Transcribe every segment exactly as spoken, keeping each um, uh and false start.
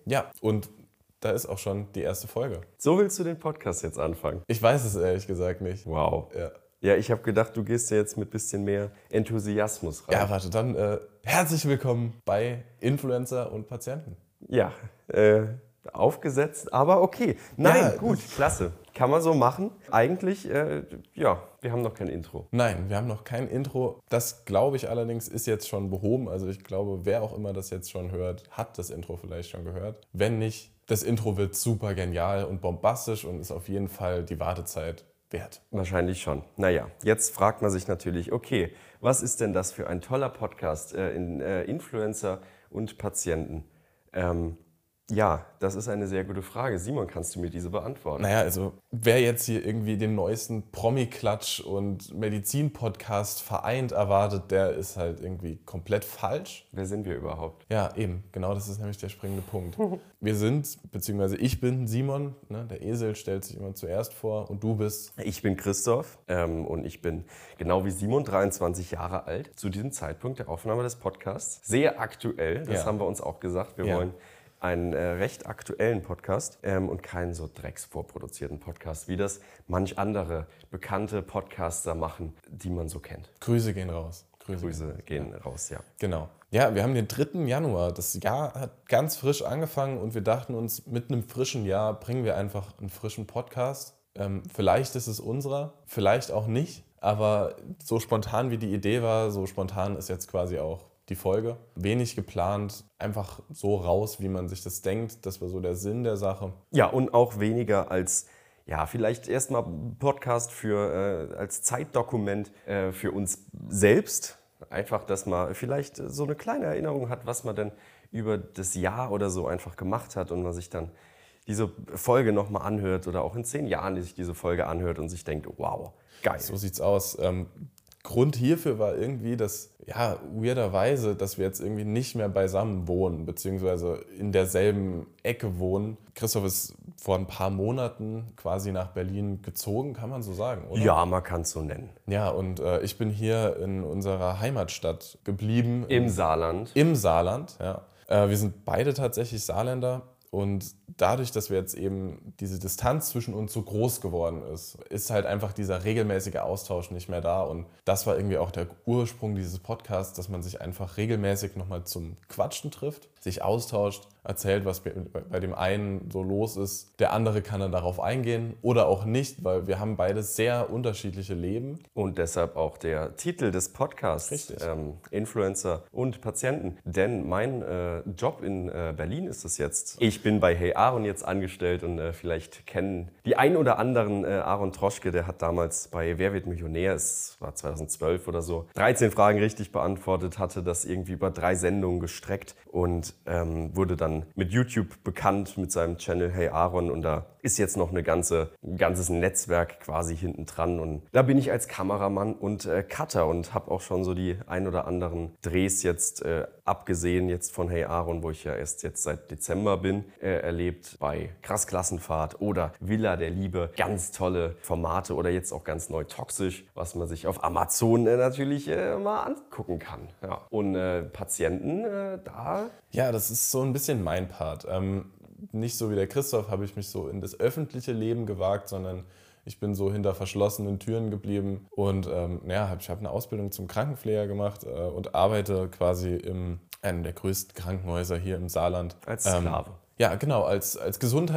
Ja, und da ist auch schon die erste Folge. So willst du den Podcast jetzt anfangen? Ich weiß es ehrlich gesagt nicht. Wow. Ja, Ja, ich habe gedacht, du gehst ja jetzt mit ein bisschen mehr Enthusiasmus rein. ja warte, dann äh, herzlich willkommen bei Influencer und Patienten. Ja, äh, aufgesetzt, aber okay. Nein, Ja. gut, klasse. Kann man so machen. Eigentlich, äh, ja, wir haben noch kein Intro. Nein, wir haben noch kein Intro. Das, glaube ich allerdings, ist jetzt schon behoben. Also ich glaube, wer auch immer das jetzt schon hört, hat das Intro vielleicht schon gehört. Wenn nicht, das Intro wird super genial und bombastisch und ist auf jeden Fall die Wartezeit wert. Wahrscheinlich schon. Naja, jetzt fragt man sich natürlich, okay, was ist denn das für ein toller Podcast äh, in äh, Influencer und Patienten? Ähm, ja, das ist eine sehr gute Frage. Simon, kannst du mir diese beantworten? Naja, also wer jetzt hier irgendwie den neuesten Promi-Klatsch und Medizin-Podcast vereint erwartet, der ist halt irgendwie komplett falsch. Wer sind wir überhaupt? Ja, eben, genau das ist nämlich der springende Punkt. Wir sind, beziehungsweise ich bin Simon, ne, der Esel stellt sich immer zuerst vor und du bist... Ich bin Christoph ähm, und ich bin genau wie Simon dreiundzwanzig Jahre alt. Zu diesem Zeitpunkt der Aufnahme des Podcasts. Sehr aktuell, das Ja. haben wir uns auch gesagt. Wir Ja. wollen einen äh, recht aktuellen Podcast ähm, und keinen so drecksvorproduzierten Podcast, wie das manch andere bekannte Podcaster machen, die man so kennt. Grüße gehen raus. Grüße gehen raus, ja. Genau. Ja, wir haben den dritten Januar. Das Jahr hat ganz frisch angefangen und wir dachten uns, mit einem frischen Jahr bringen wir einfach einen frischen Podcast. Ähm, vielleicht ist es unserer, vielleicht auch nicht. Aber so spontan wie die Idee war, so spontan ist jetzt quasi auch die Folge. Wenig geplant, einfach so raus, wie man sich das denkt. Das war so der Sinn der Sache. Ja, und auch weniger als, ja, vielleicht erstmal Podcast für, äh, als Zeitdokument äh, für uns selbst. Einfach, dass man vielleicht so eine kleine Erinnerung hat, was man denn über das Jahr oder so einfach gemacht hat und man sich dann diese Folge nochmal anhört oder auch in zehn Jahren die sich diese Folge anhört und sich denkt, wow, geil. So sieht's aus. Ähm, Grund hierfür war irgendwie, dass, ja, weirderweise, dass wir jetzt irgendwie nicht mehr beisammen wohnen, beziehungsweise in derselben Ecke wohnen. Christoph ist vor ein paar Monaten quasi nach Berlin gezogen, kann man so sagen, oder? Ja, man kann es so nennen. Ja, und äh, ich bin hier in unserer Heimatstadt geblieben. Im Saarland. Im Saarland, ja. Äh, wir sind beide tatsächlich Saarländer. Und dadurch, dass wir jetzt eben diese Distanz zwischen uns so groß geworden ist, ist halt einfach dieser regelmäßige Austausch nicht mehr da. Und das war irgendwie auch der Ursprung dieses Podcasts, dass man sich einfach regelmäßig nochmal zum Quatschen trifft, sich austauscht, erzählt, was bei dem einen so los ist. Der andere kann dann darauf eingehen oder auch nicht, weil wir haben beide sehr unterschiedliche Leben. Und deshalb auch der Titel des Podcasts, ähm, Influencer und Patienten. Denn mein äh, Job in äh, Berlin ist es jetzt. Ich bin bei Hey Aaron jetzt angestellt und äh, vielleicht kennen die ein oder anderen äh, Aaron Troschke, der hat damals bei Wer wird Millionär, es war zweitausendzwölf oder so, dreizehn Fragen richtig beantwortet, hatte das irgendwie über drei Sendungen gestreckt und ähm, wurde dann mit YouTube bekannt mit seinem Channel Hey Aaron und da ist jetzt noch eine ganze, ein ganzes Netzwerk quasi hinten dran und da bin ich als Kameramann und äh, Cutter und habe auch schon so die ein oder anderen Drehs jetzt äh, abgesehen jetzt von Hey Aaron, wo ich ja erst jetzt seit Dezember bin, äh, erlebt bei Krass Klassenfahrt oder Villa der Liebe, ganz tolle Formate oder jetzt auch ganz neu Toxisch, was man sich auf Amazon äh, natürlich äh, mal angucken kann. Ja. Und äh, Patienten, äh, da... Ja, das ist so ein bisschen mein Part. Ähm, nicht so wie der Christoph habe ich mich so in das öffentliche Leben gewagt, sondern ich bin so hinter verschlossenen Türen geblieben und ähm, ja, ich habe eine Ausbildung zum Krankenpfleger gemacht äh, und arbeite quasi in einem der größten Krankenhäuser hier im Saarland. Als Sklave. Ähm, ja, genau, als, als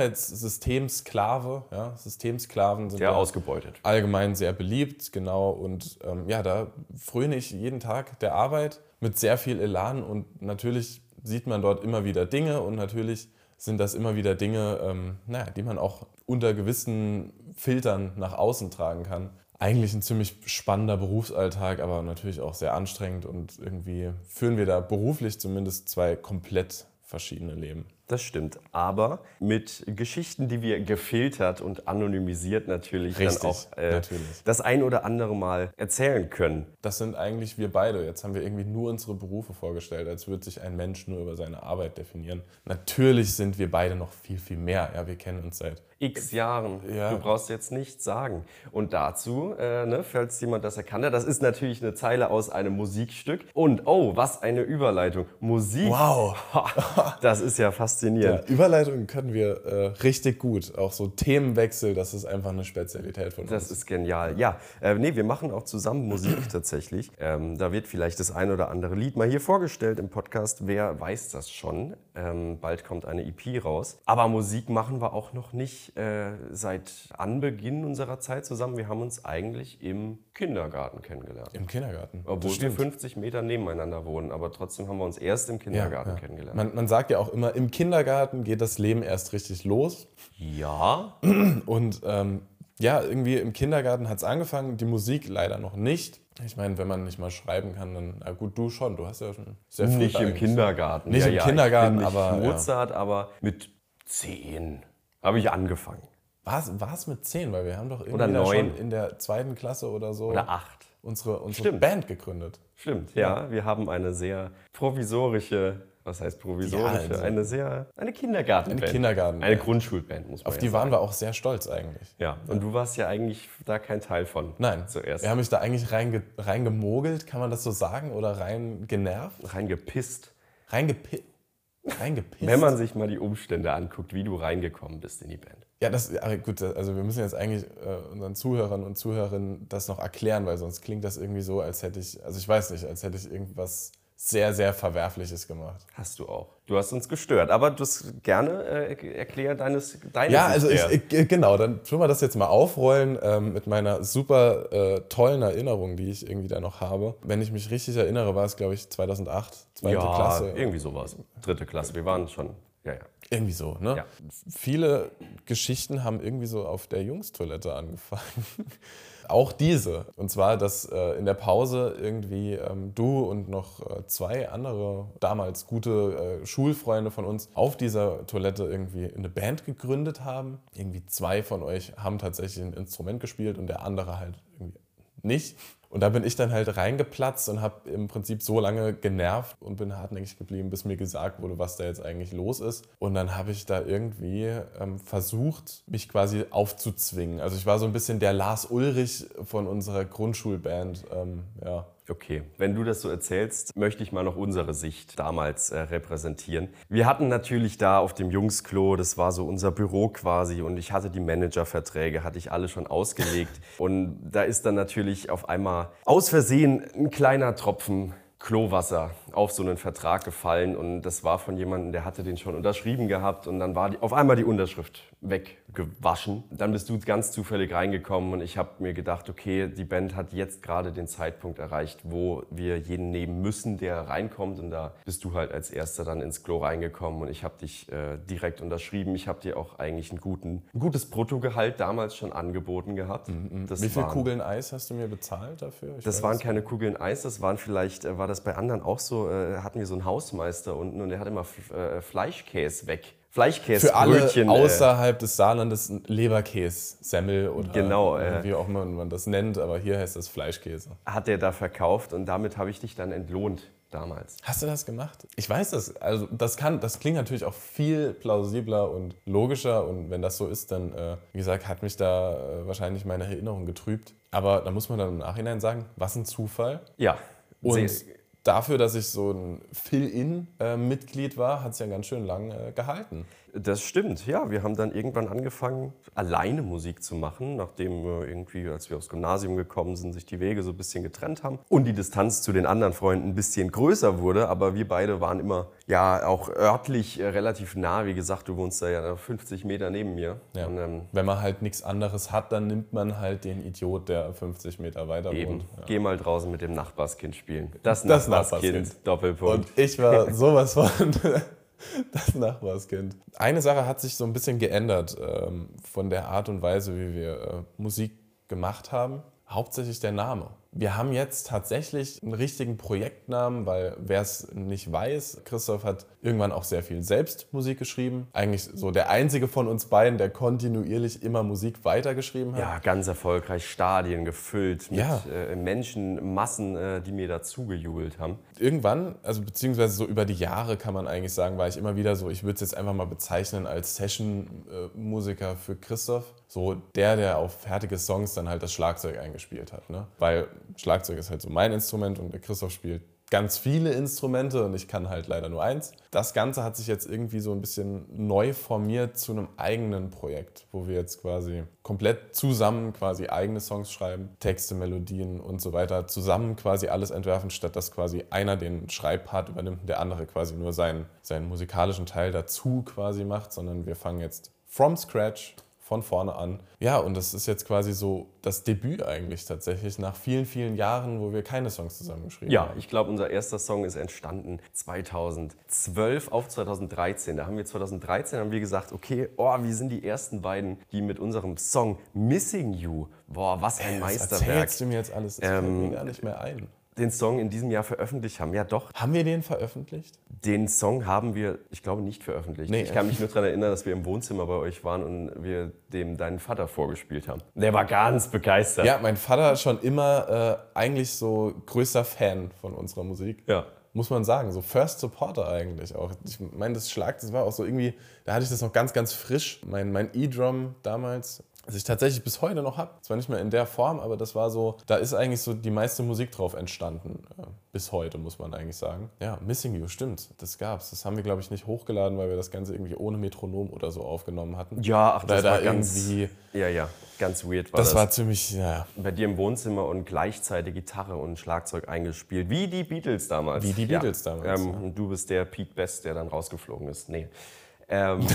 Gesundheitssystemsklave. Ja, Systemsklaven sind Sehr ja ausgebeutet. allgemein sehr beliebt, genau. Und ähm, ja, da fröne ich jeden Tag der Arbeit mit sehr viel Elan und natürlich sieht man dort immer wieder Dinge und natürlich sind das immer wieder Dinge, ähm, naja, die man auch unter gewissen Filtern nach außen tragen kann. Eigentlich ein ziemlich spannender Berufsalltag, aber natürlich auch sehr anstrengend und irgendwie führen wir da beruflich zumindest zwei komplett verschiedene Leben. Das stimmt, aber mit Geschichten, die wir gefiltert und anonymisiert natürlich Richtig, dann auch äh, natürlich. das ein oder andere Mal erzählen können. Das sind eigentlich wir beide. Jetzt haben wir irgendwie nur unsere Berufe vorgestellt, als würde sich ein Mensch nur über seine Arbeit definieren. Natürlich sind wir beide noch viel, viel mehr. Ja, wir kennen uns seit x Jahren. Ja. Du brauchst jetzt nichts sagen. Und dazu, äh, ne, falls jemand das erkannt hat, das ist natürlich eine Zeile aus einem Musikstück. Und, oh, was eine Überleitung. Musik. Wow. Das ist ja faszinierend. Ja, Überleitungen können wir äh, richtig gut. Auch so Themenwechsel, das ist einfach eine Spezialität von uns. Das ist genial. Ja, äh, nee, wir machen auch zusammen Musik tatsächlich. Ähm, da wird vielleicht das ein oder andere Lied mal hier vorgestellt im Podcast. Wer weiß das schon? Ähm, bald kommt eine E P raus. Aber Musik machen wir auch noch nicht äh, seit Anbeginn unserer Zeit zusammen. Wir haben uns eigentlich im Kindergarten kennengelernt. Im Kindergarten? Obwohl wir fünfzig Meter nebeneinander wohnen. Aber trotzdem haben wir uns erst im Kindergarten ja, ja. kennengelernt. Man, man sagt ja auch immer, im Kindergarten geht das Leben erst richtig los. Ja. Und ähm, ja, irgendwie im Kindergarten hat es angefangen, die Musik leider noch nicht. Ich meine, wenn man nicht mal schreiben kann, dann, na gut, du schon, du hast ja schon sehr früh. Nicht im Kindergarten. Nicht ja, im ja, Kindergarten, ich bin nicht aber Mozart, ja. aber mit zehn habe ich angefangen. War es mit zehn? Weil wir haben doch irgendwie oder neun. schon in der zweiten Klasse oder so oder acht. unsere, unsere Band gegründet. Stimmt, ja. ja. Wir haben eine sehr provisorische, was heißt provisorische? Ja, also eine sehr, eine Kindergartenband. Eine Kindergarten. Eine Grundschulband, muss man Auf ja die sagen. waren wir auch sehr stolz eigentlich. Ja, und du warst ja eigentlich da kein Teil von. Nein, zuerst. wir haben mich da eigentlich reinge, reingemogelt, kann man das so sagen? Oder reingenervt? Reingepisst. Reingepisst. Reingepisst. Wenn man sich mal die Umstände anguckt, wie du reingekommen bist in die Band. Ja, das, ja, gut, also wir müssen jetzt eigentlich äh, unseren Zuhörern und Zuhörerinnen das noch erklären, weil sonst klingt das irgendwie so, als hätte ich, also ich weiß nicht, als hätte ich irgendwas sehr, sehr Verwerfliches gemacht. Hast du auch. Du hast uns gestört, aber du hast gerne äh, erklär deines, deine Ja, also Sicht ich, ich, genau, dann tun wir das jetzt mal aufrollen ähm, mit meiner super äh, tollen Erinnerung, die ich irgendwie da noch habe. Wenn ich mich richtig erinnere, war es, glaube ich, zweitausendacht, zweite ja, Klasse. irgendwie sowas. Dritte Klasse, wir waren schon, ja, ja. Irgendwie so, ne? Ja. Viele Geschichten haben irgendwie so auf der Jungstoilette angefangen. Auch diese. Und zwar, dass äh, in der Pause irgendwie ähm, du und noch äh, zwei andere damals gute äh, Schulfreunde von uns auf dieser Toilette irgendwie eine Band gegründet haben. Irgendwie zwei von euch haben tatsächlich ein Instrument gespielt und der andere halt irgendwie nicht. Und da bin ich dann halt reingeplatzt und habe im Prinzip so lange genervt und bin hartnäckig geblieben, bis mir gesagt wurde, was da jetzt eigentlich los ist. Und dann habe ich da irgendwie ähm, versucht, mich quasi aufzuzwingen. Also ich war so ein bisschen der Lars Ulrich von unserer Grundschulband. Ähm, ja. Okay, wenn du das so erzählst, möchte ich mal noch unsere Sicht damals äh, repräsentieren. Wir hatten natürlich da auf dem Jungsklo, das war so unser Büro quasi und ich hatte die Managerverträge, hatte ich alle schon ausgelegt. Und da ist dann natürlich auf einmal aus Versehen ein kleiner Tropfen Klowasser auf so einen Vertrag gefallen und das war von jemandem, der hatte den schon unterschrieben gehabt und dann war die, auf einmal die Unterschrift weggewaschen. Dann bist du ganz zufällig reingekommen und ich habe mir gedacht, okay, die Band hat jetzt gerade den Zeitpunkt erreicht, wo wir jeden nehmen müssen, der reinkommt und da bist du halt als Erster dann ins Klo reingekommen und ich habe dich äh, direkt unterschrieben. Ich habe dir auch eigentlich einen guten, ein gutes Bruttogehalt damals schon angeboten gehabt. Mhm. Das Wie viele waren, Kugeln Eis hast du mir bezahlt dafür? Ich das weiß waren es keine Kugeln Eis, das waren vielleicht, äh, war das bei anderen auch so, äh, hatten wir so einen Hausmeister unten und der hat immer F äh, Fleischkäse weg. Fleischkäse, Für alle Brötchen, außerhalb äh, des Saarlandes Leberkäse, Semmel oder genau, äh, äh, wie auch immer man das nennt, aber hier heißt das Fleischkäse. Hat der da verkauft und damit habe ich dich dann entlohnt damals. Hast du das gemacht? Ich weiß das. Also das kann, das klingt natürlich auch viel plausibler und logischer und wenn das so ist, dann, äh, wie gesagt, hat mich da äh, wahrscheinlich meine Erinnerung getrübt. Aber da muss man dann im Nachhinein sagen, was ein Zufall. Ja. Und dafür, dass ich so ein Fill-In-Mitglied war, hat es ja ganz schön lang äh, gehalten. Das stimmt, ja. Wir haben dann irgendwann angefangen, alleine Musik zu machen, nachdem äh, irgendwie, als wir aufs Gymnasium gekommen sind, sich die Wege so ein bisschen getrennt haben und die Distanz zu den anderen Freunden ein bisschen größer wurde. Aber wir beide waren immer ja auch örtlich äh, relativ nah. Wie gesagt, du wohnst da ja fünfzig Meter neben mir. Ja. Und, ähm, wenn man halt nichts anderes hat, dann nimmt man halt den Idiot, der fünfzig Meter weiter eben. wohnt. Ja. Geh mal draußen mit dem Nachbarskind spielen. Das, Das Nachbarskind, Nachbarskind. Doppelpunkt. Und ich war sowas von das Nachbarskind. Eine Sache hat sich so ein bisschen geändert ähm, von der Art und Weise, wie wir äh, Musik gemacht haben. Hauptsächlich der Name. Wir haben jetzt tatsächlich einen richtigen Projektnamen, weil wer es nicht weiß, Christoph hat irgendwann auch sehr viel selbst Musik geschrieben. Eigentlich so der einzige von uns beiden, der kontinuierlich immer Musik weitergeschrieben hat. Ja, ganz erfolgreich, Stadien gefüllt mit Ja. äh, Menschenmassen, äh, die mir dazugejubelt haben. Irgendwann, also beziehungsweise so über die Jahre kann man eigentlich sagen, war ich immer wieder so, ich würde es jetzt einfach mal bezeichnen als Session-Musiker für Christoph. So der, der auf fertige Songs dann halt das Schlagzeug eingespielt hat. Ne? Weil Schlagzeug ist halt so mein Instrument und der Christoph spielt ganz viele Instrumente und ich kann halt leider nur eins. Das Ganze hat sich jetzt irgendwie so ein bisschen neu formiert zu einem eigenen Projekt, wo wir jetzt quasi komplett zusammen quasi eigene Songs schreiben, Texte, Melodien und so weiter, zusammen quasi alles entwerfen, statt dass quasi einer den Schreibpart übernimmt und der andere quasi nur seinen, seinen musikalischen Teil dazu quasi macht, sondern wir fangen jetzt from scratch von vorne an. Ja, und das ist jetzt quasi so das Debüt eigentlich tatsächlich nach vielen, vielen Jahren, wo wir keine Songs zusammengeschrieben Ja, haben. ich glaube, unser erster Song ist entstanden zweitausendzwölf auf zweitausenddreizehn. Da haben wir zweitausenddreizehn haben wir gesagt, okay, oh, wir sind die ersten beiden, die mit unserem Song Missing You, boah, was ein Was Meisterwerk, erzählst du mir jetzt alles? Das fällt Ähm, mir gar nicht mehr ein. den Song in diesem Jahr veröffentlicht haben. Ja doch, Haben wir den veröffentlicht? den Song haben wir, ich glaube, nicht veröffentlicht. Nee. Ich kann mich nur daran erinnern, dass wir im Wohnzimmer bei euch waren und wir dem deinen Vater vorgespielt haben. Der war ganz begeistert. Ja, mein Vater schon immer äh, eigentlich so größter Fan von unserer Musik. Ja. Muss man sagen, so First Supporter eigentlich auch. Ich meine, das Schlag, das war auch so irgendwie, da hatte ich das noch ganz, ganz frisch. Mein, mein E-Drum damals, das ich tatsächlich bis heute noch habe. Zwar nicht mehr in der Form, aber das war so, da ist eigentlich so die meiste Musik drauf entstanden. Äh, bis heute, muss man eigentlich sagen. Ja, Missing You, stimmt, das gab's. Das haben wir, glaube ich, nicht hochgeladen, weil wir das Ganze irgendwie ohne Metronom oder so aufgenommen hatten. Ja, ach, das Oder war da ganz, irgendwie, ja, ja, ganz weird war das, das. war ziemlich, ja, Bei dir im Wohnzimmer und gleichzeitig Gitarre und Schlagzeug eingespielt, wie die Beatles damals. Wie die Beatles ja. damals, Ähm, ja. Und du bist der Pete Best, der dann rausgeflogen ist. Nee. Ähm,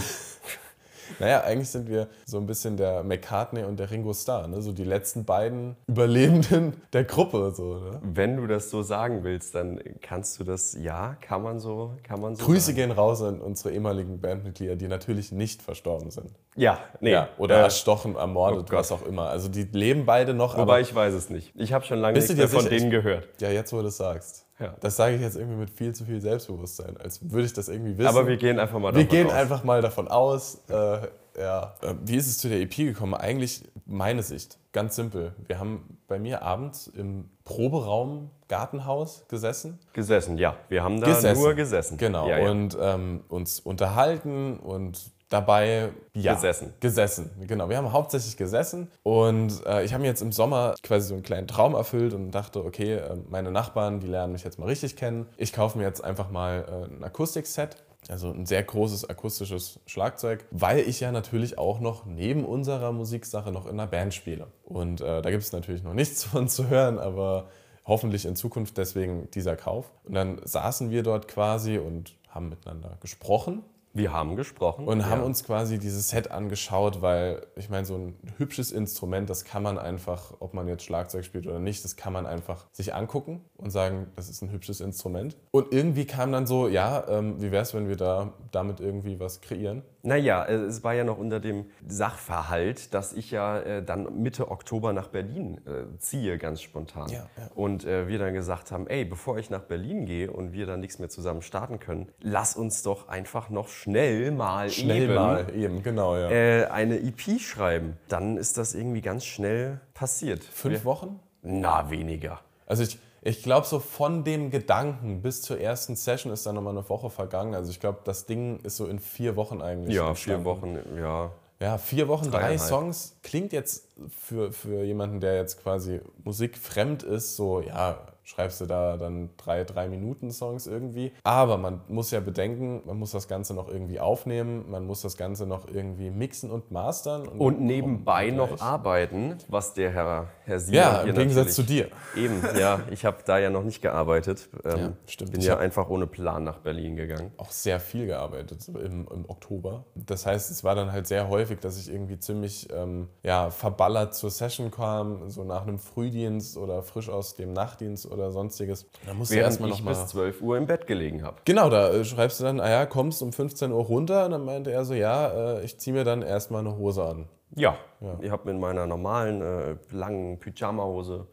Naja, eigentlich sind wir so ein bisschen der McCartney und der Ringo Starr, ne? So die letzten beiden Überlebenden der Gruppe. So, ne? wenn du das so sagen willst, dann kannst du das, ja, kann man so, kann man so Grüße sagen. gehen raus an unsere ehemaligen Bandmitglieder, die natürlich nicht verstorben sind. Ja, nee. Ja, oder äh, erstochen, ermordet, oh Gott. was auch immer. Also die leben beide noch, Wobei aber ich weiß es nicht. Ich habe schon lange Bist du nichts mehr dir von sicher? denen gehört. ja, jetzt wo du das sagst. Ja. Das sage ich jetzt irgendwie mit viel zu viel Selbstbewusstsein, als würde ich das irgendwie wissen. Aber wir gehen einfach mal Wir davon gehen aus. einfach mal davon aus. Äh, ja. Äh, Wie ist es zu der E P gekommen? Eigentlich meine Sicht, ganz simpel. Wir haben bei mir abends im Proberaum Gartenhaus gesessen. Gesessen, ja. Wir haben da Gesessen. nur gesessen. Genau. Ja, ja. Und ähm, uns unterhalten und dabei ja, Gesessen. Gesessen, genau. Wir haben hauptsächlich gesessen und äh, ich habe mir jetzt im Sommer quasi so einen kleinen Traum erfüllt und dachte, okay, äh, meine Nachbarn, die lernen mich jetzt mal richtig kennen. Ich kaufe mir jetzt einfach mal äh, ein Akustikset. Also ein sehr großes akustisches Schlagzeug, weil ich ja natürlich auch noch neben unserer Musiksache noch in einer Band spiele. Und äh, da gibt es natürlich noch nichts von zu hören, aber hoffentlich in Zukunft deswegen dieser Kauf. Und dann saßen wir dort quasi und haben miteinander gesprochen. Wir haben gesprochen. Und haben ja. uns quasi dieses Set angeschaut, weil ich meine, so ein hübsches Instrument, das kann man einfach, ob man jetzt Schlagzeug spielt oder nicht, das kann man einfach sich angucken und sagen, das ist ein hübsches Instrument. Und irgendwie kam dann so, ja, ähm, wie wäre es, wenn wir da damit irgendwie was kreieren? Naja, es war ja noch unter dem Sachverhalt, dass ich ja äh, dann Mitte Oktober nach Berlin äh, ziehe, ganz spontan. Ja, ja. Und äh, wir dann gesagt haben, ey, bevor ich nach Berlin gehe und wir dann nichts mehr zusammen starten können, lass uns doch einfach noch schnell mal Schnell eben, mal, eben, genau, ja. Äh, eine E P schreiben. Dann ist das irgendwie ganz schnell passiert. Fünf wir, Wochen? Na, weniger. Also ich, ich glaube, so von dem Gedanken bis zur ersten Session ist dann nochmal eine Woche vergangen. Also ich glaube, das Ding ist so in vier Wochen eigentlich Ja, entstanden. vier Wochen, ja. Ja, vier Wochen, drei Dreieinhalb. Songs. Klingt jetzt für, für jemanden, der jetzt quasi musikfremd ist, so, ja, schreibst du da dann drei, drei Minuten Songs irgendwie. Aber man muss ja bedenken, man muss das Ganze noch irgendwie aufnehmen, man muss das Ganze noch irgendwie mixen und mastern. Und, Und nebenbei und noch gleich. arbeiten, was der Herr, Herr Simon Ja, hier im Gegensatz zu natürlich- dir. Eben, ja, ich habe da ja noch nicht gearbeitet. Ähm, Ja, stimmt. Bin Ich ja hab- einfach ohne Plan nach Berlin gegangen. Auch sehr viel gearbeitet im, im Oktober. Das heißt, es war dann halt sehr häufig, dass ich irgendwie ziemlich ähm, ja, verballert zur Session kam, so nach einem Frühdienst oder frisch aus dem Nachtdienst oder sonstiges. Da musst du Während erstmal ich noch mal. bis zwölf Uhr im Bett gelegen habe. Genau, da äh, schreibst du dann, ah ja, kommst um fünfzehn Uhr runter. Und dann meinte er so, ja, äh, ich ziehe mir dann erstmal eine Hose an. Ja, Ja. ich habe mit meiner normalen, äh, langen Pyjama-Hose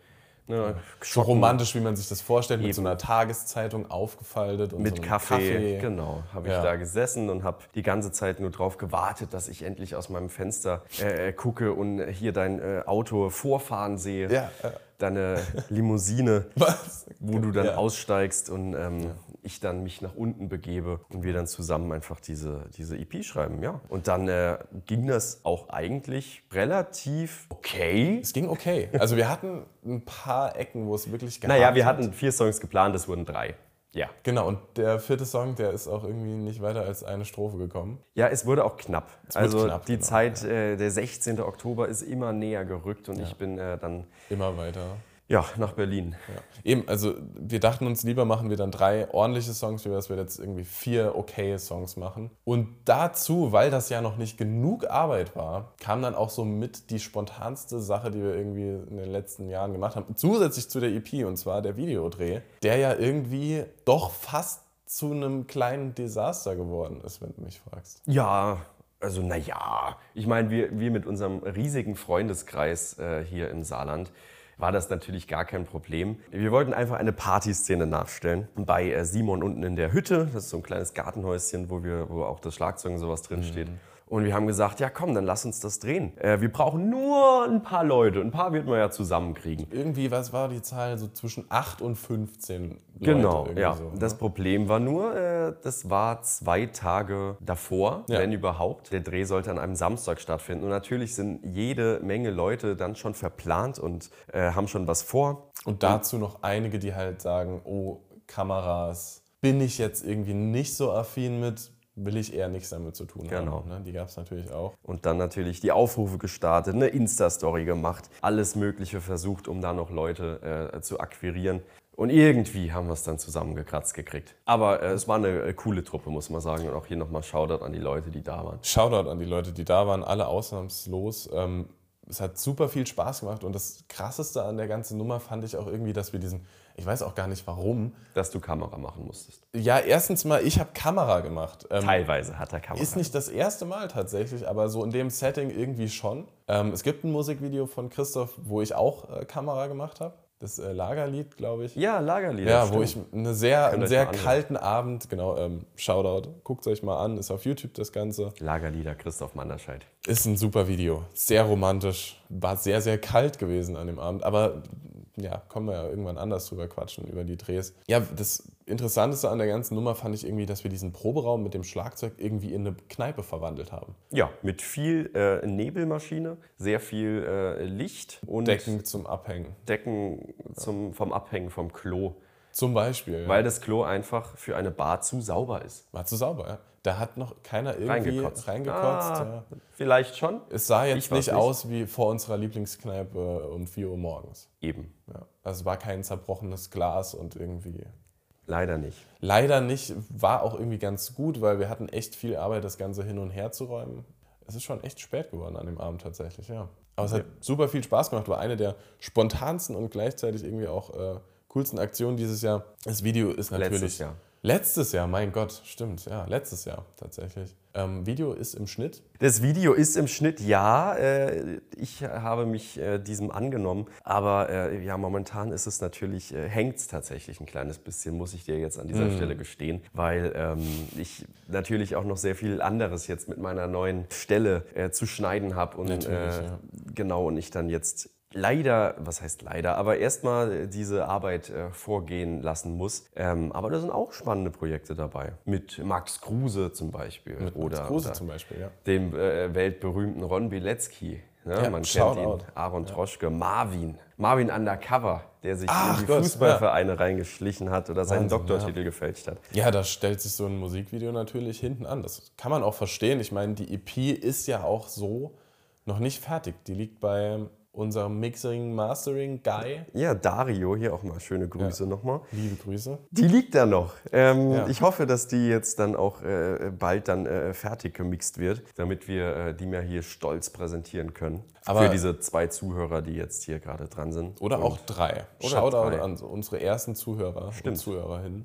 Ja, so romantisch, wie man sich das vorstellt, Eben. mit so einer Tageszeitung aufgefaltet. Und mit so Kaffee. Kaffee. Genau, habe ich ja. da gesessen und habe die ganze Zeit nur drauf gewartet, dass ich endlich aus meinem Fenster äh, gucke und hier dein äh, Auto vorfahren sehe. Ja, ja. Deine Limousine, Was? wo du dann ja. aussteigst und ähm, ja. ich dann mich nach unten begebe und wir dann zusammen einfach diese, diese E P schreiben. Ja. Und dann äh, ging das auch eigentlich relativ okay. Es ging okay. Also wir hatten ein paar Ecken, wo es wirklich gehakt Naja, wir hat. hatten vier Songs geplant, es wurden drei. Ja. Genau, und der vierte Song, der ist auch irgendwie nicht weiter als eine Strophe gekommen. Ja, es wurde auch knapp. Es also knapp, die genau, Zeit, ja. äh, der sechzehnten Oktober ist immer näher gerückt und ja. ich bin äh, dann immer weiter. Ja, nach Berlin. Ja. Eben, also wir dachten uns, lieber machen wir dann drei ordentliche Songs, wie dass wir jetzt irgendwie vier okaye Songs machen. Und dazu, weil das ja noch nicht genug Arbeit war, kam dann auch so mit die spontanste Sache, die wir irgendwie in den letzten Jahren gemacht haben. Zusätzlich zu der E P, und zwar der Videodreh, der ja irgendwie doch fast zu einem kleinen Desaster geworden ist, wenn du mich fragst. Ja, also naja, ich meine, wir, wir mit unserem riesigen Freundeskreis äh, hier im Saarland, war das natürlich gar kein Problem. Wir wollten einfach eine Partyszene nachstellen. Bei äh, Simon unten in der Hütte, das ist so ein kleines Gartenhäuschen, wo, wir, wo auch das Schlagzeug und sowas drin steht. Mhm. Und wir haben gesagt, ja komm, dann lass uns das drehen. Äh, wir brauchen nur ein paar Leute. Ein paar wird man ja zusammenkriegen. Irgendwie, was war die Zahl? So zwischen acht und fünfzehn Leute. Genau, ja. So, ne? Das Problem war nur, äh, das war zwei Tage davor, ja. wenn überhaupt. Der Dreh sollte an einem Samstag stattfinden. Und natürlich sind jede Menge Leute dann schon verplant und äh, haben schon was vor. Und dazu noch einige, die halt sagen, oh, Kameras, bin ich jetzt irgendwie nicht so affin mit, will ich eher nichts damit zu tun genau. haben. Ne? Die gab es natürlich auch. Und dann natürlich die Aufrufe gestartet, eine Insta-Story gemacht, alles Mögliche versucht, um da noch Leute äh, zu akquirieren. Und irgendwie haben wir es dann zusammengekratzt gekriegt. Aber äh, es war eine äh, coole Truppe, muss man sagen. Und auch hier nochmal Shoutout an die Leute, die da waren. Shoutout an die Leute, die da waren, alle ausnahmslos. Ähm, es hat super viel Spaß gemacht. Und das Krasseste an der ganzen Nummer fand ich auch irgendwie, dass wir diesen, ich weiß auch gar nicht warum. Dass du Kamera machen musstest. Ja, erstens mal, ich habe Kamera gemacht. Ähm, Teilweise hat er Kamera. Ist nicht das erste Mal tatsächlich, aber so in dem Setting irgendwie schon. Ähm, es gibt ein Musikvideo von Christoph, wo ich auch äh, Kamera gemacht habe. Das äh, Lagerlied, glaube ich. Ja, Lagerlied. Ja, wo ich eine sehr, einen sehr kalten Abend, genau, ähm, Shoutout, guckt es euch mal an, ist auf YouTube das Ganze. Lagerlieder, Christoph Manderscheid. Ist ein super Video, sehr romantisch, war sehr, sehr kalt gewesen an dem Abend, aber ja, kommen wir ja irgendwann anders drüber quatschen, über die Drehs. Ja, das Interessanteste an der ganzen Nummer fand ich irgendwie, dass wir diesen Proberaum mit dem Schlagzeug irgendwie in eine Kneipe verwandelt haben. Ja, mit viel äh, Nebelmaschine, sehr viel äh, Licht und Decken zum Abhängen. Decken zum, vom Abhängen vom Klo. Zum Beispiel. Ja. Weil das Klo einfach für eine Bar zu sauber ist. War zu sauber, ja. Da hat noch keiner irgendwie reingekotzt. reingekotzt ah, ja. Vielleicht schon. Es sah jetzt nicht, nicht aus wie vor unserer Lieblingskneipe um vier Uhr morgens. Eben. Ja. Also es war kein zerbrochenes Glas und irgendwie... Leider nicht. Leider nicht. War auch irgendwie ganz gut, weil wir hatten echt viel Arbeit, das Ganze hin und her zu räumen. Es ist schon echt spät geworden an dem Abend tatsächlich, ja. Aber es hat super viel Spaß gemacht. War eine der spontansten und gleichzeitig irgendwie auch äh, coolsten Aktionen dieses Jahr. Das Video ist natürlich... Letztes Jahr. Letztes Jahr, mein Gott, stimmt, ja, letztes Jahr tatsächlich. Ähm, Video ist im Schnitt. Das Video ist im Schnitt, ja. Äh, ich habe mich äh, diesem angenommen, aber äh, ja, momentan ist es natürlich, äh, hängt es tatsächlich ein kleines bisschen, muss ich dir jetzt an dieser mm. Stelle gestehen, weil ähm, ich natürlich auch noch sehr viel anderes jetzt mit meiner neuen Stelle äh, zu schneiden habe und äh, ja. genau und ich dann jetzt leider, was heißt leider, aber erstmal diese Arbeit äh, vorgehen lassen muss. Ähm, aber da sind auch spannende Projekte dabei. Mit Max Kruse zum Beispiel. Mit oder, Max Kruse oder zum Beispiel, ja. Dem äh, weltberühmten Ron Bilecki. Ne? Ja, Man kennt ihn. Aaron ja. Troschke, Marvin. Marvin Undercover, der sich Ach, in die Gott, Fußballvereine ja. reingeschlichen hat oder seinen Wahnsinn, Doktortitel ja. gefälscht hat. Ja, da stellt sich so ein Musikvideo natürlich hinten an. Das kann man auch verstehen. Ich meine, die E P ist ja auch so noch nicht fertig. Die liegt bei unserem Mixing, Mastering Guy. Ja, Dario, hier auch mal schöne Grüße ja. nochmal. Liebe Grüße. Die liegt da noch. Ähm, ja. Ich hoffe, dass die jetzt dann auch äh, bald dann äh, fertig gemixt wird, damit wir äh, die mal hier stolz präsentieren können. Aber für diese zwei Zuhörer, die jetzt hier gerade dran sind. Oder und auch drei. Oder Shoutout drei. an unsere ersten Zuhörer Stimmt. und Zuhörerinnen. Ja.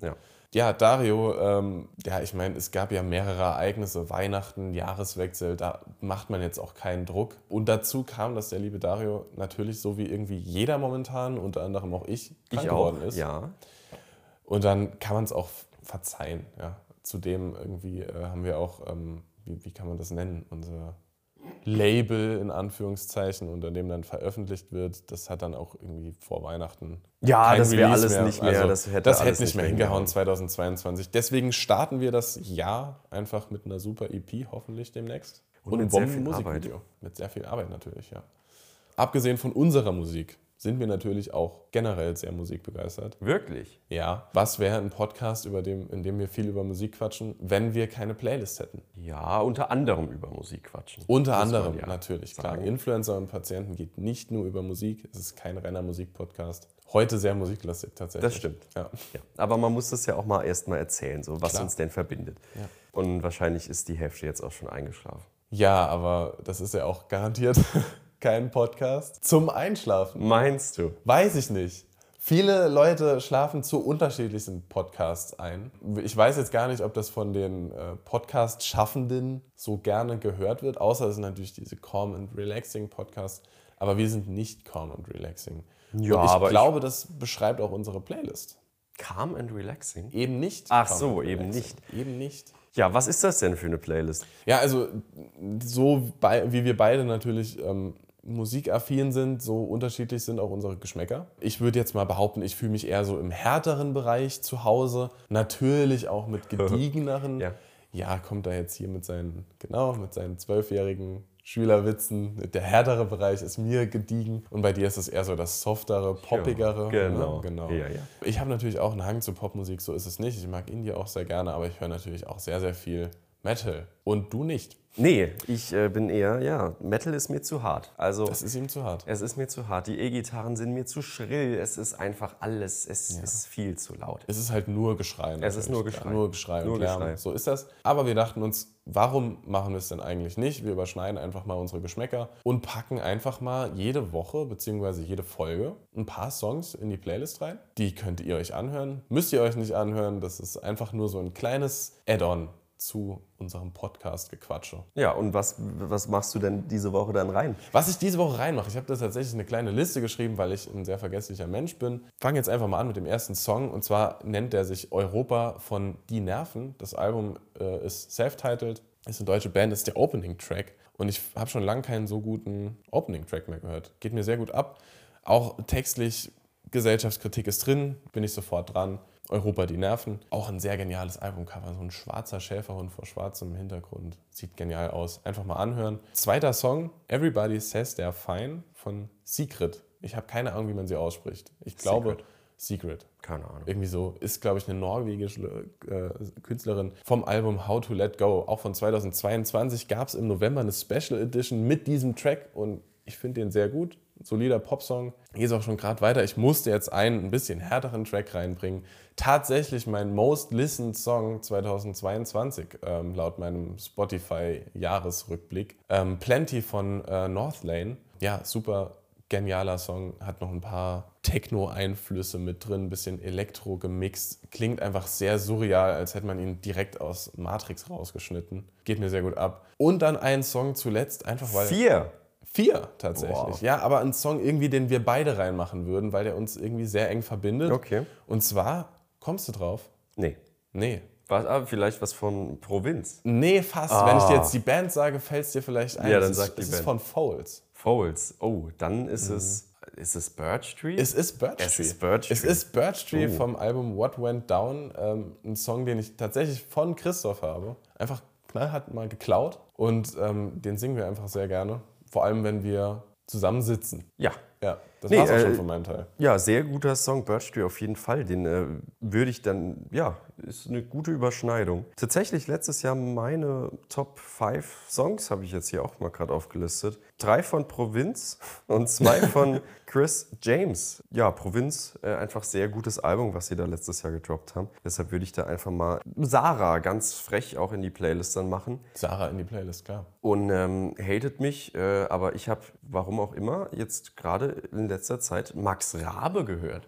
Ja, Dario, ähm, ja, ich meine, es gab ja mehrere Ereignisse, Weihnachten, Jahreswechsel, da macht man jetzt auch keinen Druck. Und dazu kam, dass der liebe Dario natürlich so wie irgendwie jeder momentan, unter anderem auch ich, krank Ich geworden auch, ist. ja. Und dann kann man es auch verzeihen. Ja. Zudem irgendwie äh, haben wir auch, ähm, wie, wie kann man das nennen, unser Label in Anführungszeichen, unter dem dann veröffentlicht wird, das hat dann auch irgendwie vor Weihnachten Ja, kein das wäre Release alles mehr. nicht mehr, Also, das hätte das alles hätte nicht mehr hingehauen hingehauen. zweitausendzweiundzwanzig. Deswegen starten wir das Jahr einfach mit einer super E P, hoffentlich demnächst. Und einem mit sehr viel Bomben-Musikvideo. Mit sehr viel Arbeit natürlich, ja. Abgesehen von unserer Musik sind wir natürlich auch generell sehr musikbegeistert. Wirklich? Ja. Was wäre ein Podcast, über dem, in dem wir viel über Musik quatschen, wenn wir keine Playlist hätten? Ja, unter anderem über Musik quatschen. Unter Muss anderem, man ja natürlich, klar. sagen. Influencer und Patienten geht nicht nur über Musik. Es ist kein reiner Musikpodcast. Heute sehr musiklastig tatsächlich. Das stimmt. Ja. Ja. Aber man muss das ja auch mal erst mal erzählen, so, was Klar. uns denn verbindet. Ja. Und wahrscheinlich ist die Hälfte jetzt auch schon eingeschlafen. ja, aber das ist ja auch garantiert kein Podcast zum Einschlafen. Meinst du? Weiß ich nicht. Viele Leute schlafen zu unterschiedlichsten Podcasts ein. Ich weiß jetzt gar nicht, ob das von den äh, Podcast-Schaffenden so gerne gehört wird, außer es sind natürlich diese Calm and Relaxing Podcasts. Aber wir sind nicht Calm and Relaxing. Ja, Und ich aber ich- glaube, das beschreibt auch unsere Playlist. Calm and relaxing? Eben nicht. Ach Calm so, and eben Relaxing. nicht. Eben nicht. Ja, was ist das denn für eine Playlist? Ja, also so bei, wie wir beide natürlich ähm, musikaffin sind, so unterschiedlich sind auch unsere Geschmäcker. Ich würde jetzt mal behaupten, ich fühle mich eher so im härteren Bereich zu Hause. Natürlich auch mit gediegeneren. Ja. ja, kommt er jetzt hier mit seinen, genau, mit seinen zwölfjährigen Schülerwitzen. Der härtere Bereich ist mir gediegen und bei dir ist es eher so das softere, poppigere. genau. Ne? genau. Ja, ja. Ich habe natürlich auch einen Hang zu Popmusik, so ist es nicht. Ich mag Indie auch sehr gerne, aber ich höre natürlich auch sehr, sehr viel Metal. Und du nicht. Nee, ich äh, bin eher, ja, Metal ist mir zu hart. Also, Das ist ihm zu hart. es ist mir zu hart. Die E-Gitarren sind mir zu schrill. Es ist einfach alles, es ist viel zu laut. Es ist halt nur Geschrei. Es ist natürlich. nur Geschrei. Ja, nur Geschrei Nur und Lärm. Geschrei. So ist das. Aber wir dachten uns, warum machen wir es denn eigentlich nicht? Wir überschneiden einfach mal unsere Geschmäcker und packen einfach mal jede Woche bzw. jede Folge ein paar Songs in die Playlist rein. Die könnt ihr euch anhören. Müsst ihr euch nicht anhören. Das ist einfach nur so ein kleines Add-on zu unserem Podcast-Gequatsche. Ja, und was, was machst du denn diese Woche dann rein? Was ich diese Woche reinmache, ich habe da tatsächlich eine kleine Liste geschrieben, weil ich ein sehr vergesslicher Mensch bin. Fange jetzt einfach mal an mit dem ersten Song und zwar nennt der sich Europa von Die Nerven. Das Album äh, ist self-titled, ist eine deutsche Band, ist der Opening-Track und ich habe schon lange keinen so guten Opening-Track mehr gehört. Geht mir sehr gut ab. Auch textlich, Gesellschaftskritik ist drin, bin ich sofort dran. Europa, die Nerven. Auch ein sehr geniales Albumcover. So ein schwarzer Schäferhund vor schwarzem Hintergrund. Sieht genial aus. Einfach mal anhören. Zweiter Song, Everybody Says They're Fine von Secret. Ich habe keine Ahnung, wie man sie ausspricht. Ich glaube, Secret. Keine Ahnung. Irgendwie so. Ist, glaube ich, eine norwegische äh, Künstlerin vom Album How to Let Go. Auch von zweitausendzweiundzwanzig gab es im November eine Special Edition mit diesem Track und ich finde den sehr gut. Solider Popsong. Geht es auch schon gerade weiter. Ich musste jetzt einen ein bisschen härteren Track reinbringen. Tatsächlich mein Most Listened Song zweitausendzweiundzwanzig, ähm, laut meinem Spotify-Jahresrückblick. Ähm, Plenty von äh, Northlane. Ja, super genialer Song. Hat noch ein paar Techno-Einflüsse mit drin, ein bisschen Elektro gemixt. Klingt einfach sehr surreal, als hätte man ihn direkt aus Matrix rausgeschnitten. Geht mir sehr gut ab. Und dann ein Song zuletzt, einfach weil... Vier. Vier tatsächlich, Wow. ja, aber ein Song irgendwie, den wir beide reinmachen würden, weil der uns irgendwie sehr eng verbindet. Okay. Und zwar, kommst du drauf? Nee. Nee. Was, ah, vielleicht was von Provinz. Nee, fast. Ah. Wenn ich dir jetzt die Band sage, fällt es dir vielleicht ein. Ja, dann es sag ist, die es ist Band. von Foles. Foles. Oh, dann ist es. Ist es Birch Tree? Es ist Birch Tree. Es ist Birch Es Tree. ist Birch Tree Oh. vom Album What Went Down. Ähm, ein Song, den ich tatsächlich von Christoph habe. Einfach knallhart mal geklaut. Und ähm, den singen wir einfach sehr gerne. Vor allem, wenn wir zusammensitzen. Ja. Ja, das Nee, war's auch äh, schon von meinem Teil. Ja, sehr guter Song, Birch Tree auf jeden Fall. Den äh, würde ich dann, ja, ist eine gute Überschneidung. Tatsächlich letztes Jahr meine Top fünf Songs habe ich jetzt hier auch mal gerade aufgelistet. Drei von Provinz und zwei von Chris James. Ja, Provinz, äh, einfach sehr gutes Album, was sie da letztes Jahr gedroppt haben. Deshalb würde ich da einfach mal Sarah ganz frech auch in die Playlist dann machen. Sarah in die Playlist, klar. Und ähm, hatet mich, äh, aber ich habe, warum auch immer, jetzt gerade in letzter Zeit Max Rabe gehört.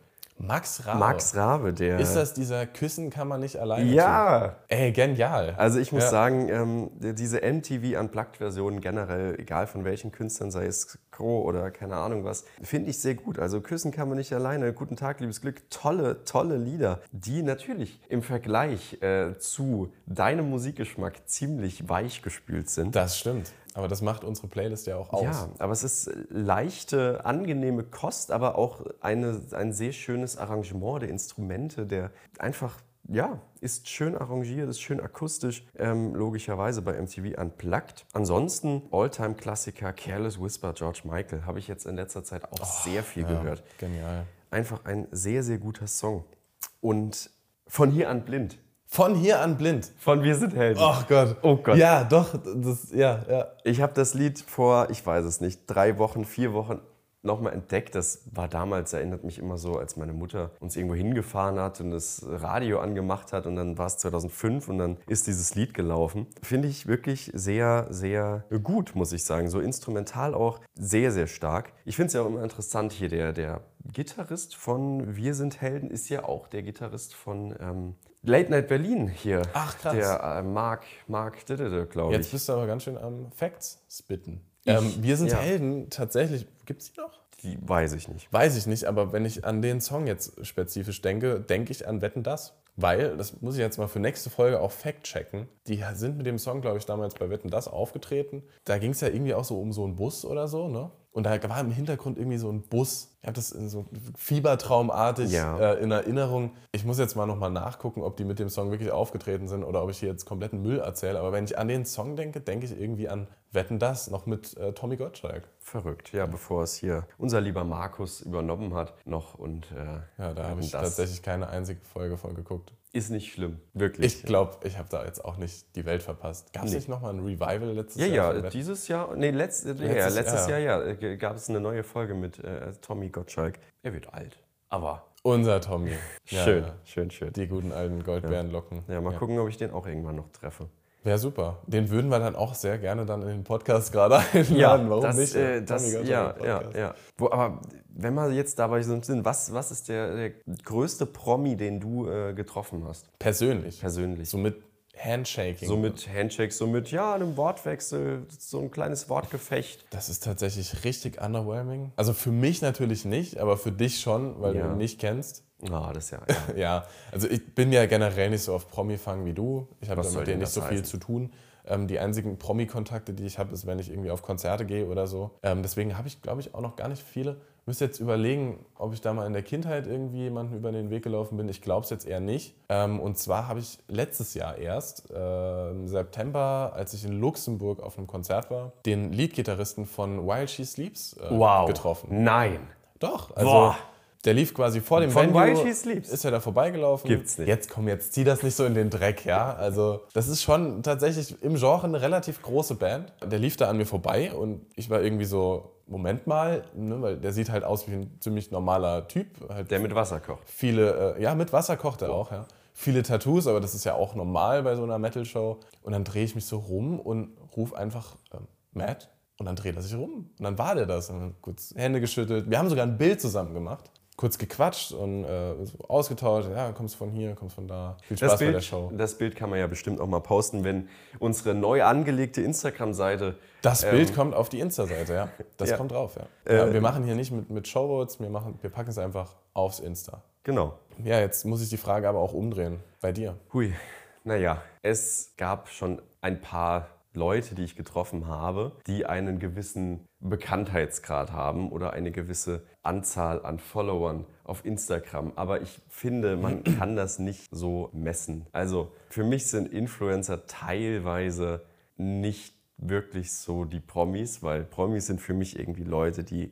Max Rabe. Max Rabe, der... Ist das dieser Küssen kann man nicht alleine Ja! Typ? Ey, genial. Also ich muss ja. sagen, ähm, diese M T V Unplugged-Versionen generell, egal von welchen Künstlern, sei es Crow oder keine Ahnung was, finde ich sehr gut. Also Küssen kann man nicht alleine, Guten Tag, liebes Glück, tolle, tolle Lieder, die natürlich im Vergleich äh, zu deinem Musikgeschmack ziemlich weichgespült sind. Das stimmt. Aber das macht unsere Playlist ja auch aus. Ja, aber es ist leichte, angenehme Kost, aber auch eine, ein sehr schönes Arrangement der Instrumente, der einfach, ja, ist schön arrangiert, ist schön akustisch, ähm, logischerweise bei M T V Unplugged. Ansonsten Alltime-Klassiker, Careless Whisper, George Michael, habe ich jetzt in letzter Zeit auch oh, sehr viel ja, gehört. Genial. Einfach ein sehr, sehr guter Song. Und von hier an blind. Von hier an blind. Von Wir sind Helden. Oh Gott. Oh Gott. Ja, doch. Das, ja, ja. Ich habe das Lied vor, ich weiß es nicht, drei Wochen, vier Wochen nochmal entdeckt. Das war damals, erinnert mich immer so, als meine Mutter uns irgendwo hingefahren hat und das Radio angemacht hat und dann war es zweitausendfünf und dann ist dieses Lied gelaufen. Finde ich wirklich sehr, sehr gut, muss ich sagen. So instrumental auch sehr, sehr stark. Ich finde es ja auch immer interessant hier, der, der Gitarrist von Wir sind Helden ist ja auch der Gitarrist von ähm, Late Night Berlin hier. Ach, krass. Der äh, Mark, Mark Diddede, glaube ich. Jetzt bist du aber ganz schön am Facts spitten. Ähm, Wir sind ja. Helden, tatsächlich, gibt es die noch? Die weiß ich nicht. Weiß ich nicht, aber wenn ich an den Song jetzt spezifisch denke, denke ich an Wetten, dass. Weil, das muss ich jetzt mal für nächste Folge auch fact-checken, die sind mit dem Song, glaube ich, damals bei Wetten, dass aufgetreten. Da ging es ja irgendwie auch so um so einen Bus oder so, ne? Und da war im Hintergrund irgendwie so ein Bus. Ich habe das in so fiebertraumartig ja. äh, in Erinnerung. Ich muss jetzt mal nochmal nachgucken, ob die mit dem Song wirklich aufgetreten sind oder ob ich hier jetzt kompletten Müll erzähle. Aber wenn ich an den Song denke, denke ich irgendwie an Wetten, dass, noch mit äh, Tommy Gottschalk. Verrückt, ja, bevor es hier unser lieber Markus übernommen hat noch. Und, äh, ja, da habe ich tatsächlich keine einzige Folge von geguckt. Ist nicht schlimm, wirklich. Ich glaube, ich habe da jetzt auch nicht die Welt verpasst. Gab es nee. nicht nochmal ein Revival letztes ja, Jahr? Ja, ja, dieses Jahr, nee, letzt, letztes, ja, letztes Jahr, Jahr, ja, gab es eine neue Folge mit äh, Tommy Gottschalk. Er wird alt, aber... Unser Tommy. Ja, schön, ja. schön, schön. Die guten alten Goldbeerenlocken. Ja, mal ja. gucken, ob ich den auch irgendwann noch treffe. Wäre super. Den würden wir dann auch sehr gerne dann in den Podcast gerade einladen. Ja, warum das, nicht? Äh, das, ja, ja, ja. Wo, aber wenn wir jetzt dabei sind, was, was ist der, der größte Promi, den du äh, getroffen hast? Persönlich? Persönlich. So mit Handshaking? So mit Handshakes, so mit, ja, einem Wortwechsel, so ein kleines Wortgefecht. Das ist tatsächlich richtig underwhelming. Also für mich natürlich nicht, aber für dich schon, weil ja. du ihn nicht kennst. Ah, oh, das ja. Ja. ja, also ich bin ja generell nicht so auf Promi-Fang wie du. Ich habe mit denen nicht so heißen? viel zu tun. Ähm, die einzigen Promi-Kontakte, die ich habe, ist, wenn ich irgendwie auf Konzerte gehe oder so. Ähm, deswegen habe ich, glaube ich, auch noch gar nicht viele. Ich müsste jetzt überlegen, ob ich da mal in der Kindheit irgendwie jemanden über den Weg gelaufen bin. Ich glaube es jetzt eher nicht. Ähm, und zwar habe ich letztes Jahr erst, äh, im September, als ich in Luxemburg auf einem Konzert war, den Leadgitarristen von While She Sleeps äh, wow. getroffen. Nein. Doch, also... Boah. Der lief quasi vor dem Von Venue, While She Sleeps. Ist er da vorbeigelaufen. Gibt's nicht. Jetzt komm, jetzt zieh das nicht so in den Dreck, ja. Also das ist schon tatsächlich im Genre eine relativ große Band. Der lief da an mir vorbei und ich war irgendwie so, Moment mal, ne, weil der sieht halt aus wie ein ziemlich normaler Typ. Halt der mit Wasser kocht. Viele, äh, ja, mit Wasser kocht er oh. auch, ja. Viele Tattoos, aber das ist ja auch normal bei so einer Metal-Show. Und dann drehe ich mich so rum und rufe einfach, äh, Matt. Und dann dreht er sich rum. Und dann war der das. Und dann kurz Hände geschüttelt. Wir haben sogar ein Bild zusammen gemacht. Kurz gequatscht und äh, so ausgetauscht. Ja, kommst von hier, kommst von da. Viel Spaß das Bild, bei der Show. Das Bild kann man ja bestimmt auch mal posten, wenn unsere neu angelegte Instagram-Seite... Das ähm, Bild kommt auf die Insta-Seite, ja. Das ja. kommt drauf, ja. Äh, ja. Wir machen hier nicht mit, mit Showboats, wir, machen, wir packen es einfach aufs Insta. Genau. Ja, jetzt muss ich die Frage aber auch umdrehen. Bei dir. Hui, naja, es gab schon ein paar Leute, die ich getroffen habe, die einen gewissen Bekanntheitsgrad haben oder eine gewisse Anzahl an Followern auf Instagram. Aber ich finde, man kann das nicht so messen. Also für mich sind Influencer teilweise nicht wirklich so die Promis, weil Promis sind für mich irgendwie Leute, die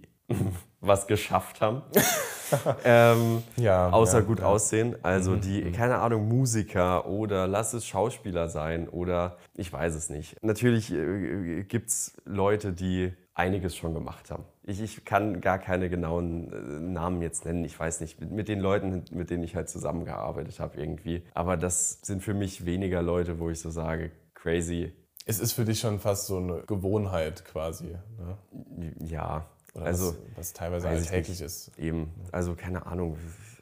was geschafft haben. ähm, ja, außer ja, gut ja. aussehen. Also mhm, die, keine Ahnung, Musiker oder lass es Schauspieler sein oder ich weiß es nicht. Natürlich äh, gibt es Leute, die einiges schon gemacht haben. Ich, ich kann gar keine genauen äh, Namen jetzt nennen. Ich weiß nicht, mit, mit den Leuten, mit denen ich halt zusammengearbeitet habe irgendwie. Aber das sind für mich weniger Leute, wo ich so sage, crazy. Es ist für dich schon fast so eine Gewohnheit quasi. Ne? Ja. Oder also, was, was teilweise alltäglich ist. Eben, also keine Ahnung.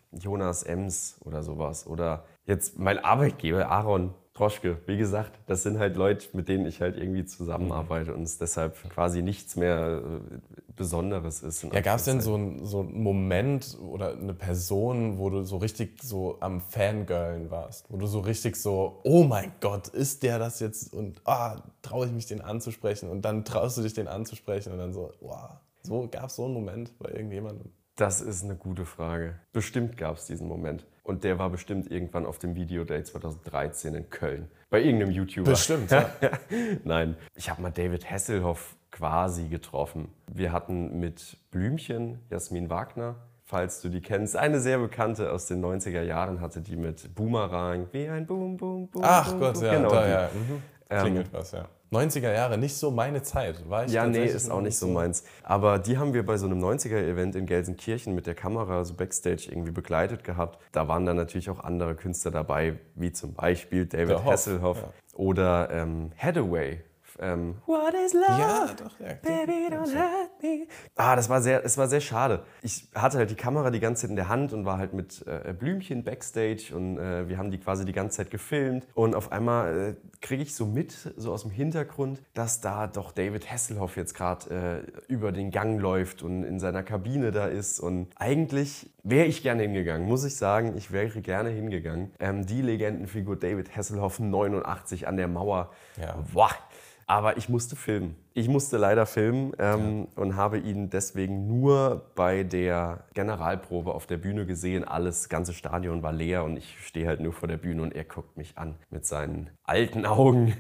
Jonas Ems oder sowas. Oder jetzt mein Arbeitgeber, Aaron Troschke. Wie gesagt, das sind halt Leute, mit denen ich halt irgendwie zusammenarbeite und es deshalb quasi nichts mehr Besonderes ist. Ja, gab es denn so einen so einen Moment oder eine Person, wo du so richtig so am Fangirlen warst? Wo du so richtig so, oh mein Gott, ist der das jetzt? Und ah, traue ich mich den anzusprechen? Und dann traust du dich den anzusprechen und dann so, wow. So, gab es so einen Moment bei irgendjemandem? Das ist eine gute Frage. Bestimmt gab es diesen Moment. Und der war bestimmt irgendwann auf dem Videoday zweitausenddreizehn in Köln. Bei irgendeinem YouTuber. Bestimmt, ja. Nein, ich habe mal David Hasselhoff quasi getroffen. Wir hatten mit Blümchen, Jasmin Wagner, falls du die kennst, eine sehr bekannte aus den neunziger Jahren hatte die mit Boomerang, wie ein Boom, Boom, Boom. Ach Boom, Gott, Boom. ja, Genau, da, die. ja. Mhm. Klingelt ähm, was, ja. neunziger Jahre, nicht so meine Zeit. War ich ja, nee, ist auch nicht so meins. Aber die haben wir bei so einem neunziger-Event in Gelsenkirchen mit der Kamera so Backstage irgendwie begleitet gehabt. Da waren dann natürlich auch andere Künstler dabei, wie zum Beispiel David Hasselhoff ja. oder ähm, Hathaway. Ähm, What is love? Ja, doch, ja. Baby, don't hurt me. Ah, das war sehr, es war sehr schade. Ich hatte halt die Kamera die ganze Zeit in der Hand und war halt mit äh, Blümchen Backstage und äh, wir haben die quasi die ganze Zeit gefilmt. Und auf einmal äh, kriege ich so mit, so aus dem Hintergrund, dass da doch David Hasselhoff jetzt gerade äh, über den Gang läuft und in seiner Kabine da ist. Und eigentlich wäre ich gerne hingegangen, muss ich sagen. Ich wäre gerne hingegangen. Ähm, die Legendenfigur David Hasselhoff neunundachtzig an der Mauer. Ja. Wow. Aber ich musste filmen. Ich musste leider filmen ähm, ja. und habe ihn deswegen nur bei der Generalprobe auf der Bühne gesehen. Alles, das ganze Stadion war leer und ich stehe halt nur vor der Bühne und er guckt mich an mit seinen alten Augen.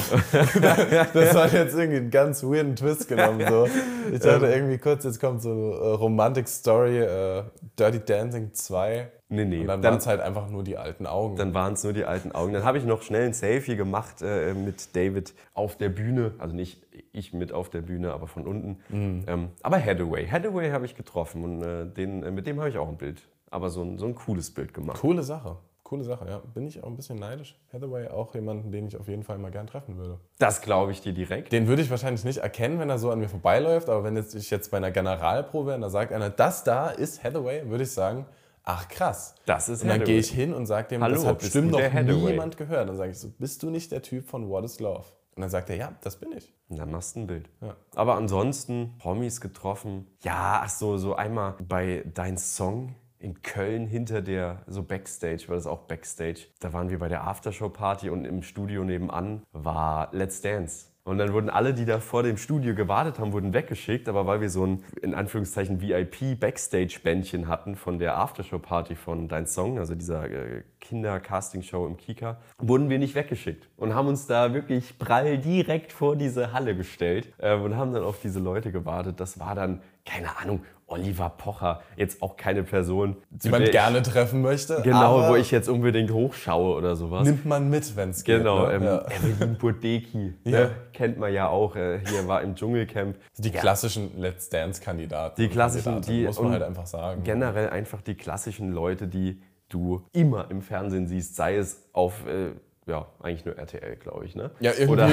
Das hat jetzt irgendwie einen ganz weirden Twist genommen. So. Ich dachte irgendwie kurz, jetzt kommt so äh, Romantic Story, äh, Dirty Dancing zwei. Nee, nee. Und dann, dann waren es halt einfach nur die alten Augen. Dann waren es nur die alten Augen. Dann habe ich noch schnell ein Selfie gemacht äh, mit David auf der Bühne. Also nicht ich mit auf der Bühne, aber von unten. Mhm. Ähm, aber Hathaway. Hathaway habe ich getroffen und äh, den, äh, mit dem habe ich auch ein Bild. Aber so ein, so ein cooles Bild gemacht. Coole Sache. Coole Sache, ja. Bin ich auch ein bisschen neidisch. Hathaway auch jemanden, den ich auf jeden Fall mal gern treffen würde. Das glaube ich dir direkt. Den würde ich wahrscheinlich nicht erkennen, wenn er so an mir vorbeiläuft. Aber wenn jetzt, ich jetzt bei einer Generalprobe wäre und da sagt einer, das da ist Hathaway, würde ich sagen, ach krass. Das ist und dann Hathaway. gehe ich hin und sage dem, Hallo, das hat bestimmt noch Hathaway? niemand gehört. Dann sage ich so, bist du nicht der Typ von What is Love? Und dann sagt er, ja, das bin ich. Und dann machst du ein Bild. Ja. Aber ansonsten, Promis getroffen. Ja, ach so, so einmal bei Dein Song in Köln hinter der, so Backstage, war das auch Backstage. Da waren wir bei der Aftershow-Party und im Studio nebenan war Let's Dance. Und dann wurden alle, die da vor dem Studio gewartet haben, wurden weggeschickt. Aber weil wir so ein, in Anführungszeichen, V I P-Backstage-Bändchen hatten von der Aftershow-Party von Dein Song, also dieser äh, Kinder-Casting-Show im Kika, wurden wir nicht weggeschickt. Und haben uns da wirklich prall direkt vor diese Halle gestellt äh, und haben dann auf diese Leute gewartet. Das war dann, keine Ahnung, Oliver Pocher, jetzt auch keine Person, die man gerne treffen möchte. Genau, wo ich jetzt unbedingt hochschaue oder sowas. Nimmt man mit, wenn es geht. Genau, ne? ähm, ja. Evelyn Burdecki, ja. ne? Kennt man ja auch, äh, hier war im Dschungelcamp. Die ja. klassischen Let's Dance-Kandidaten. Die klassischen, die, muss man halt einfach sagen. Generell einfach die klassischen Leute, die du immer im Fernsehen siehst, sei es auf... Äh, ja, eigentlich nur R T L, glaube ich, ne? Ja, irgendwie. Oder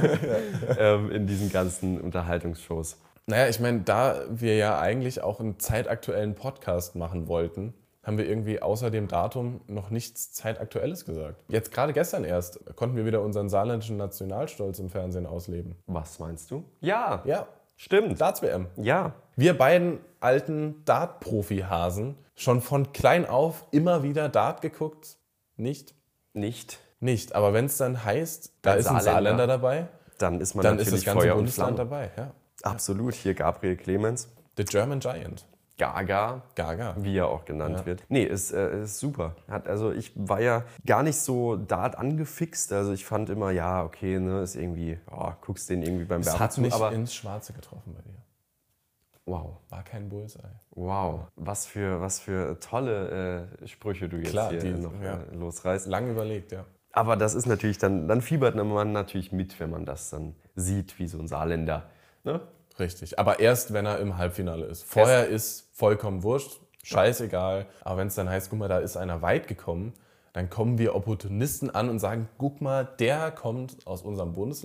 ähm, in diesen ganzen Unterhaltungsshows. Naja, ich meine, da wir ja eigentlich auch einen zeitaktuellen Podcast machen wollten, haben wir irgendwie außer dem Datum noch nichts Zeitaktuelles gesagt. Jetzt gerade gestern erst konnten wir wieder unseren saarländischen Nationalstolz im Fernsehen ausleben. Was meinst du? Ja, Ja, stimmt. Darts-W M. Ja. Wir beiden alten Dart-Profi-Hasen, schon von klein auf immer wieder Dart geguckt? Nicht? Nicht. Nicht, aber wenn es dann heißt, da Ein ist ein Saarländer. Saarländer dabei, Dann ist man dann ist natürlich das ganze Feuer und Bundesland Flamme. dabei. Ja. Absolut, hier Gabriel Clemens. The German Giant. Gaga, Gaga. wie er auch genannt Ja. wird. Nee, ist, äh, ist super. Hat, also ich war ja gar nicht so Dart angefixt. Also ich fand immer, ja, okay, ne, ist irgendwie, oh, guckst den irgendwie beim Es Werfen hat zu. mich Aber ins Schwarze getroffen bei dir. wow, War kein Bullseye. wow, was für, was für tolle äh, Sprüche du jetzt Klar, hier die- noch ja. äh, losreißt. Lang überlegt, ja. Aber das ist natürlich dann, dann fiebert man natürlich mit, wenn man das dann sieht, wie so ein Saarländer. Ne? Richtig. Aber erst, wenn er im Halbfinale ist. Vorher ist vollkommen wurscht, scheißegal. Aber wenn es dann heißt, guck mal, da ist einer weit gekommen, dann kommen wir Opportunisten an und sagen, guck mal, der kommt aus unserem Bundesland,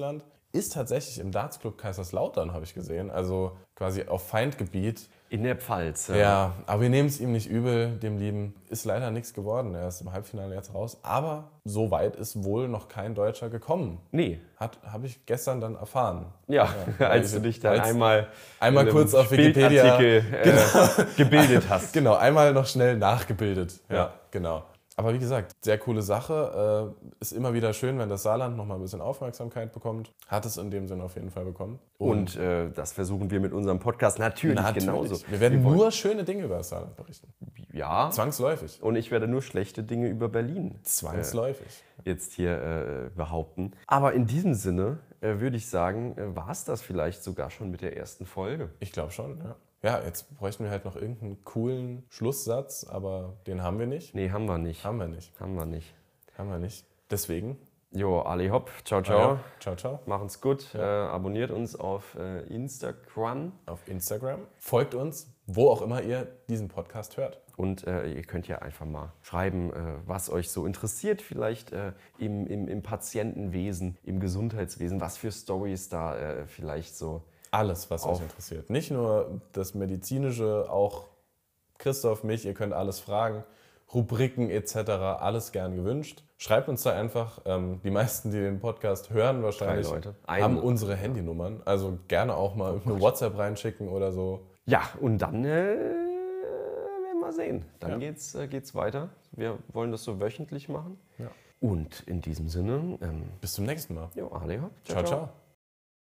ist tatsächlich im Dartsclub Kaiserslautern, habe ich gesehen. Also quasi auf Feindgebiet. In der Pfalz. Ja, ja, aber wir nehmen es ihm nicht übel, dem Lieben. Ist leider nichts geworden. Er ist im Halbfinale jetzt raus. Aber so weit ist wohl noch kein Deutscher gekommen. Nee. Habe ich gestern dann erfahren. Ja, ja als du dich dann einmal, einmal kurz auf Wikipedia äh, genau. gebildet hast. Genau, einmal noch schnell nachgebildet. Ja, ja, genau. Aber wie gesagt, sehr coole Sache. Äh, ist immer wieder schön, wenn das Saarland noch mal ein bisschen Aufmerksamkeit bekommt. Hat es in dem Sinne auf jeden Fall bekommen. Und, Und äh, das versuchen wir mit unserem Podcast natürlich, natürlich. genauso. Wir werden wir nur schöne Dinge über das Saarland berichten. Ja. Zwangsläufig. Und ich werde nur schlechte Dinge über Berlin. Zwangsläufig. Äh, jetzt hier äh, behaupten. Aber in diesem Sinne äh, würde ich sagen, äh, war es das vielleicht sogar schon mit der ersten Folge. Ich glaube schon, ja. Ja, jetzt bräuchten wir halt noch irgendeinen coolen Schlusssatz, aber den haben wir nicht. Nee, haben wir nicht. Haben wir nicht. Haben wir nicht. Haben wir nicht. Deswegen. Jo, Ali hopp. Ciao, ciao. Ja, ciao, ciao. Machen's gut. Ja. Äh, abonniert uns auf äh, Instagram. Auf Instagram. Folgt uns, wo auch immer ihr diesen Podcast hört. Und äh, ihr könnt ja einfach mal schreiben, äh, was euch so interessiert, vielleicht äh, im, im, im Patientenwesen, im Gesundheitswesen, was für Storys da äh, vielleicht so... Alles, was euch interessiert. Nicht nur das Medizinische, auch Christoph, mich, ihr könnt alles fragen. Rubriken et cetera, alles gern gewünscht. Schreibt uns da einfach. Ähm, die meisten, die den Podcast hören, wahrscheinlich Leute. haben unsere Handynummern. Also gerne auch mal oh eine WhatsApp reinschicken oder so. Ja, und dann äh, werden wir sehen. Dann ja. geht's, äh, geht's weiter. Wir wollen das so wöchentlich machen. Ja. Und in diesem Sinne... Ähm, bis zum nächsten Mal. Jo, Ali hopp. Ciao, ciao. ciao.